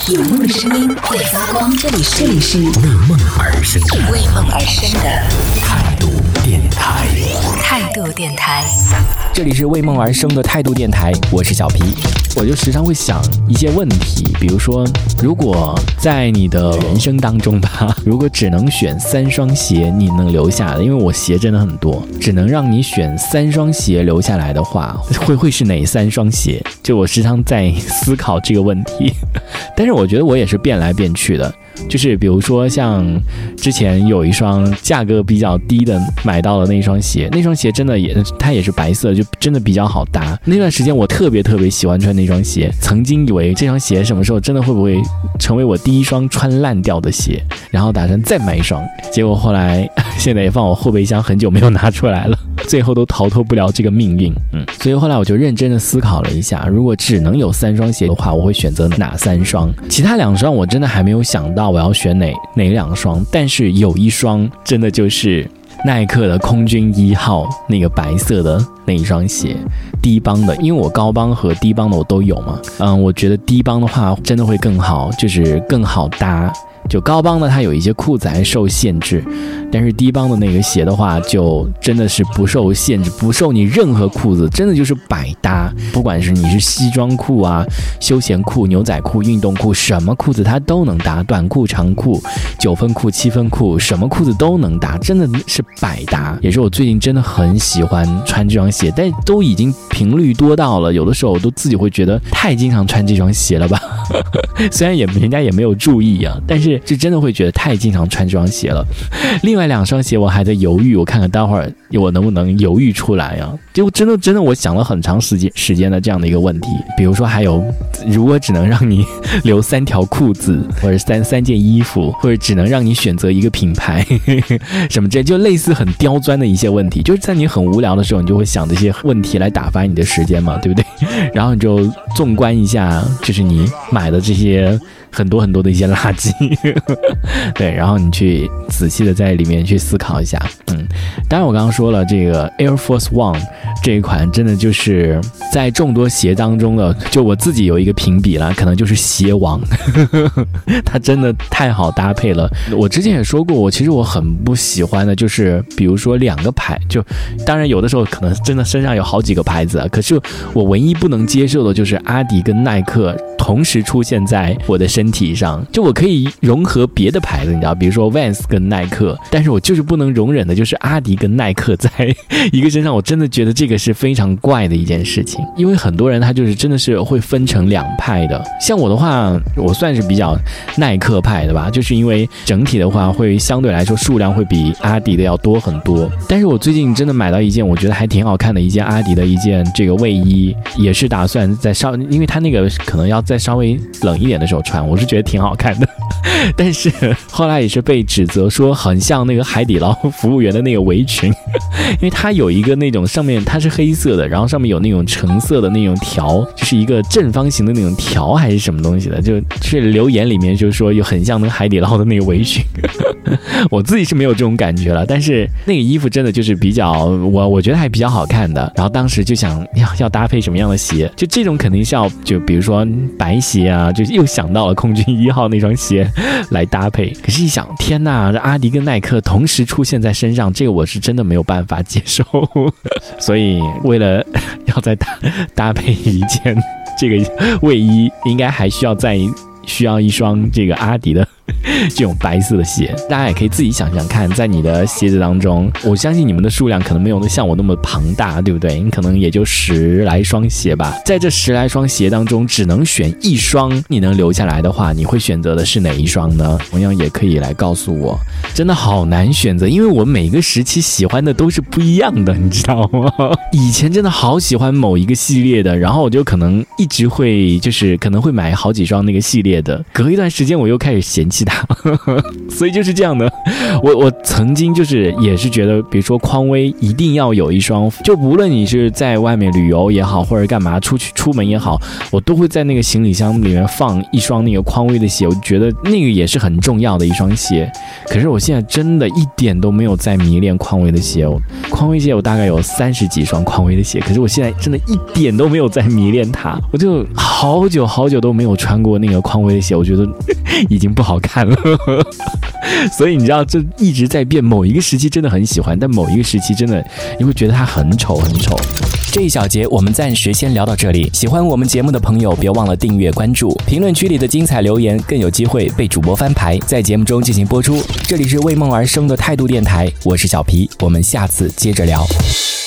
有梦的声音会发光，这里是为梦而生的态度电台。 这里是为梦而生的态度电台，我是小皮。我就时常会想一些问题，比如说，如果在你的人生当中吧，如果只能选3双鞋你能留下的，因为我鞋真的很多，只能让你选3双鞋留下来的话，会是哪3双鞋？就我时常在思考这个问题，但是我觉得我也是变来变去的。就是比如说像之前有一双价格比较低的买到了那双鞋，那双鞋真的它也是白色，就真的比较好搭。那段时间我特别喜欢穿那双鞋，曾经以为这双鞋什么时候真的会不会成为我第一双穿烂掉的鞋，然后打算再买一双，结果后来现在也放我后备箱很久没有拿出来了，最后都逃脱不了这个命运。所以后来我就认真的思考了一下，如果只能有3双鞋的话，我会选择哪3双？其他2双我真的还没有想到我要选哪2双，但是有一双真的就是耐克的空军1号那个白色的那一双鞋，低帮的，因为我高帮和低帮的我都有嘛。我觉得低帮的话真的会更好，就是更好搭。就高帮的它有一些裤子还受限制，但是低帮的那个鞋的话就真的是不受限制，不受你任何裤子，真的就是百搭。不管是你是西装裤啊、休闲裤、牛仔裤、运动裤，什么裤子它都能搭，短裤、长裤、9分裤、7分裤，什么裤子都能搭，真的是百搭。也是我最近真的很喜欢穿这双鞋，但都已经频率多到了，有的时候我都自己会觉得太经常穿这双鞋了吧虽然人家也没有注意啊，但是就真的会觉得太经常穿这双鞋了。另外2双鞋我还在犹豫，我看看待会儿我能不能犹豫出来啊？就真的我想了很长时间的这样的一个问题。比如说还有，如果只能让你留3条裤子，或者三件衣服，或者只能让你选择一个品牌什么这就类似很刁钻的一些问题，就是在你很无聊的时候，你就会想这些问题来打发你的时间嘛，对不对？然后你就纵观一下，就是你买的这些很多的一些垃圾对，然后你去仔细的在里面去思考一下。当然我刚刚说了，这个 Air Force One 这一款真的就是在众多鞋当中的，就我自己有一个评比了，可能就是鞋王它真的太好搭配了。我之前也说过，其实我很不喜欢的就是比如说2个牌，就当然有的时候可能真的身上有好几个牌子啊，可是我唯一不能接受的就是阿迪跟耐克同时出现在我的身体上。就我可以融合别的牌子，你知道，比如说 Vans 跟耐克，但是我就是不能容忍的就是阿迪跟耐克在一个身上，我真的觉得这个是非常怪的一件事情。因为很多人他就是真的是会分成2派的，像我的话，我算是比较耐克派的吧，就是因为整体的话会相对来说数量会比阿迪的要多很多。但是我最近真的买到一件我觉得还挺好看的一件阿迪的一件这个卫衣，也是打算在因为它那个可能要在稍微冷一点的时候穿，我是觉得挺好看的但是后来也是被指责说很像那个海底捞服务员的那个围裙因为它有一个那种上面它是黑色的，然后上面有那种橙色的那种条，就是一个正方形的那种条还是什么东西的，就是留言里面就说有很像那个海底捞的那个围裙我自己是没有这种感觉了，但是那个衣服真的就是比较我觉得还比较好看的。然后当时就想要搭配什么样的鞋，就这种肯定是要就比如说白鞋啊，就又想到了空军1号那双鞋来搭配。可是一想，天哪，这阿迪跟耐克同时出现在身上，这个我是真的没有办法接受所以为了要再搭配一件这个卫衣，应该还需要一双这个阿迪的这种白色的鞋。大家也可以自己想想看，在你的鞋子当中，我相信你们的数量可能没有像我那么庞大，对不对？你可能也就10来双鞋吧。在这10来双鞋当中，只能选1双你能留下来的话，你会选择的是哪一双呢？同样也可以来告诉我。真的好难选择，因为我每个时期喜欢的都是不一样的，你知道吗？以前真的好喜欢某一个系列的，然后我就可能一直会就是可能会买好几双那个系列的，隔一段时间我又开始嫌弃弃它。所以就是这样的，我曾经就是也是觉得，比如说匡威一定要有一双，就无论你是在外面旅游也好，或者干嘛出门也好，我都会在那个行李箱里面放一双那个匡威的鞋，我觉得那个也是很重要的一双鞋。可是我现在真的一点都没有在迷恋匡威的鞋，匡威鞋我大概有30几双匡威的鞋，可是我现在真的一点都没有在迷恋它，我就好久都没有穿过那个匡威的鞋，我觉得已经不好看了。所以你知道，这一直在变，某一个时期真的很喜欢，但某一个时期真的你会觉得它很丑。 这一小节我们暂时先聊到这里，喜欢我们节目的朋友别忘了订阅关注，评论区里的精彩留言更有机会被主播翻牌，在节目中进行播出。这里是为梦而生的态度电台，我是小皮，我们下次接着聊。